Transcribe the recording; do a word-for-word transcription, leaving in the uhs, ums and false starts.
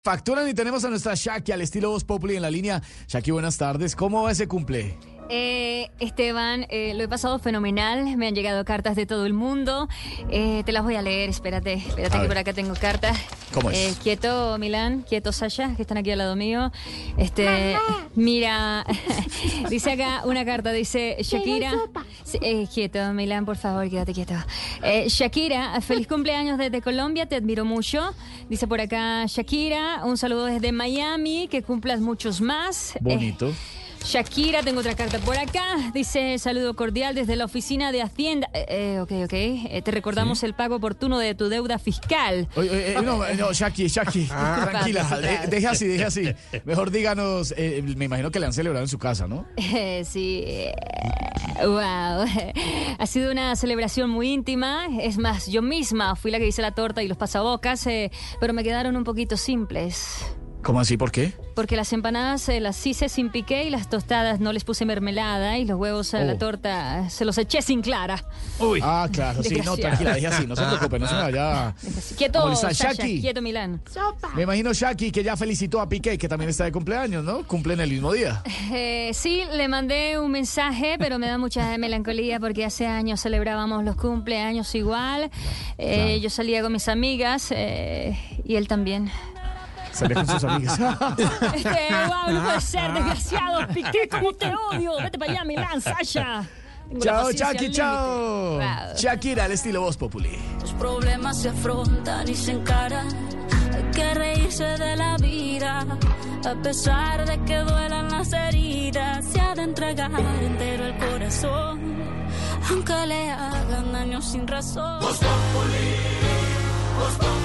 Facturan y tenemos a nuestra Shaki al estilo Voz Populi en la línea. Shaki, buenas tardes. ¿Cómo va ese cumple? Eh, Esteban, eh, lo he pasado fenomenal. Me han llegado cartas de todo el mundo. Eh, te las voy a leer. Espérate, espérate que por acá tengo cartas. ¿Cómo es? Eh, quieto, Milán. Quieto, Sasha, que están aquí al lado mío. Este, mira, dice acá una carta. Dice Shakira. Eh, quieto, Milán, por favor, quédate quieto. Eh, Shakira, feliz cumpleaños desde Colombia. Te admiro mucho. Dice por acá Shakira. Un saludo desde Miami. Que cumplas muchos más. Bonito. Eh, Shakira, tengo otra carta por acá. Dice, saludo cordial desde la oficina de Hacienda. Eh, eh, ok, ok. Eh, te recordamos ¿Sí? el pago oportuno de tu deuda fiscal. Oye, eh, no, no, Shaki, Shaki, ah, tranquila. De, deje así, deje así. Mejor díganos, eh, me imagino que le han celebrado en su casa, ¿no? Eh, sí. Eh, wow. Ha sido una celebración muy íntima. Es más, yo misma fui la que hice la torta y los pasabocas, eh, pero me quedaron un poquito simples. ¿Cómo así? ¿Por qué? Porque las empanadas eh, las hice sin piqué y las tostadas no les puse mermelada y los huevos a oh. la torta se los eché sin clara. Uy. Ah, claro, sí, no, tranquila, deje así, no se preocupe, no se me vaya. Quieto, Sasha, quieto, Milán. Sopa. Me imagino Shaki que ya felicitó a Piqué, que también está de cumpleaños, ¿no? Cumple en el mismo día. Eh, sí, le mandé un mensaje, pero me da mucha melancolía porque hace años celebrábamos los cumpleaños igual. Eh, claro. Yo salía con mis amigas eh, y él también. Salía con sus amigas. Este, wow, no puede ser, desgraciado. Piqué, ¿cómo te odio? Vete para allá, Milán, Sasha. Tengo chao, Shaki, chao. Wow. Shakira, al estilo Voz Populi. Los problemas se afrontan y se encaran. Hay que reírse de la vida. A pesar de que duelan las heridas, se ha de entregar entero el corazón. Aunque le hagan daño sin razón. Voz Populi, Voz Populi.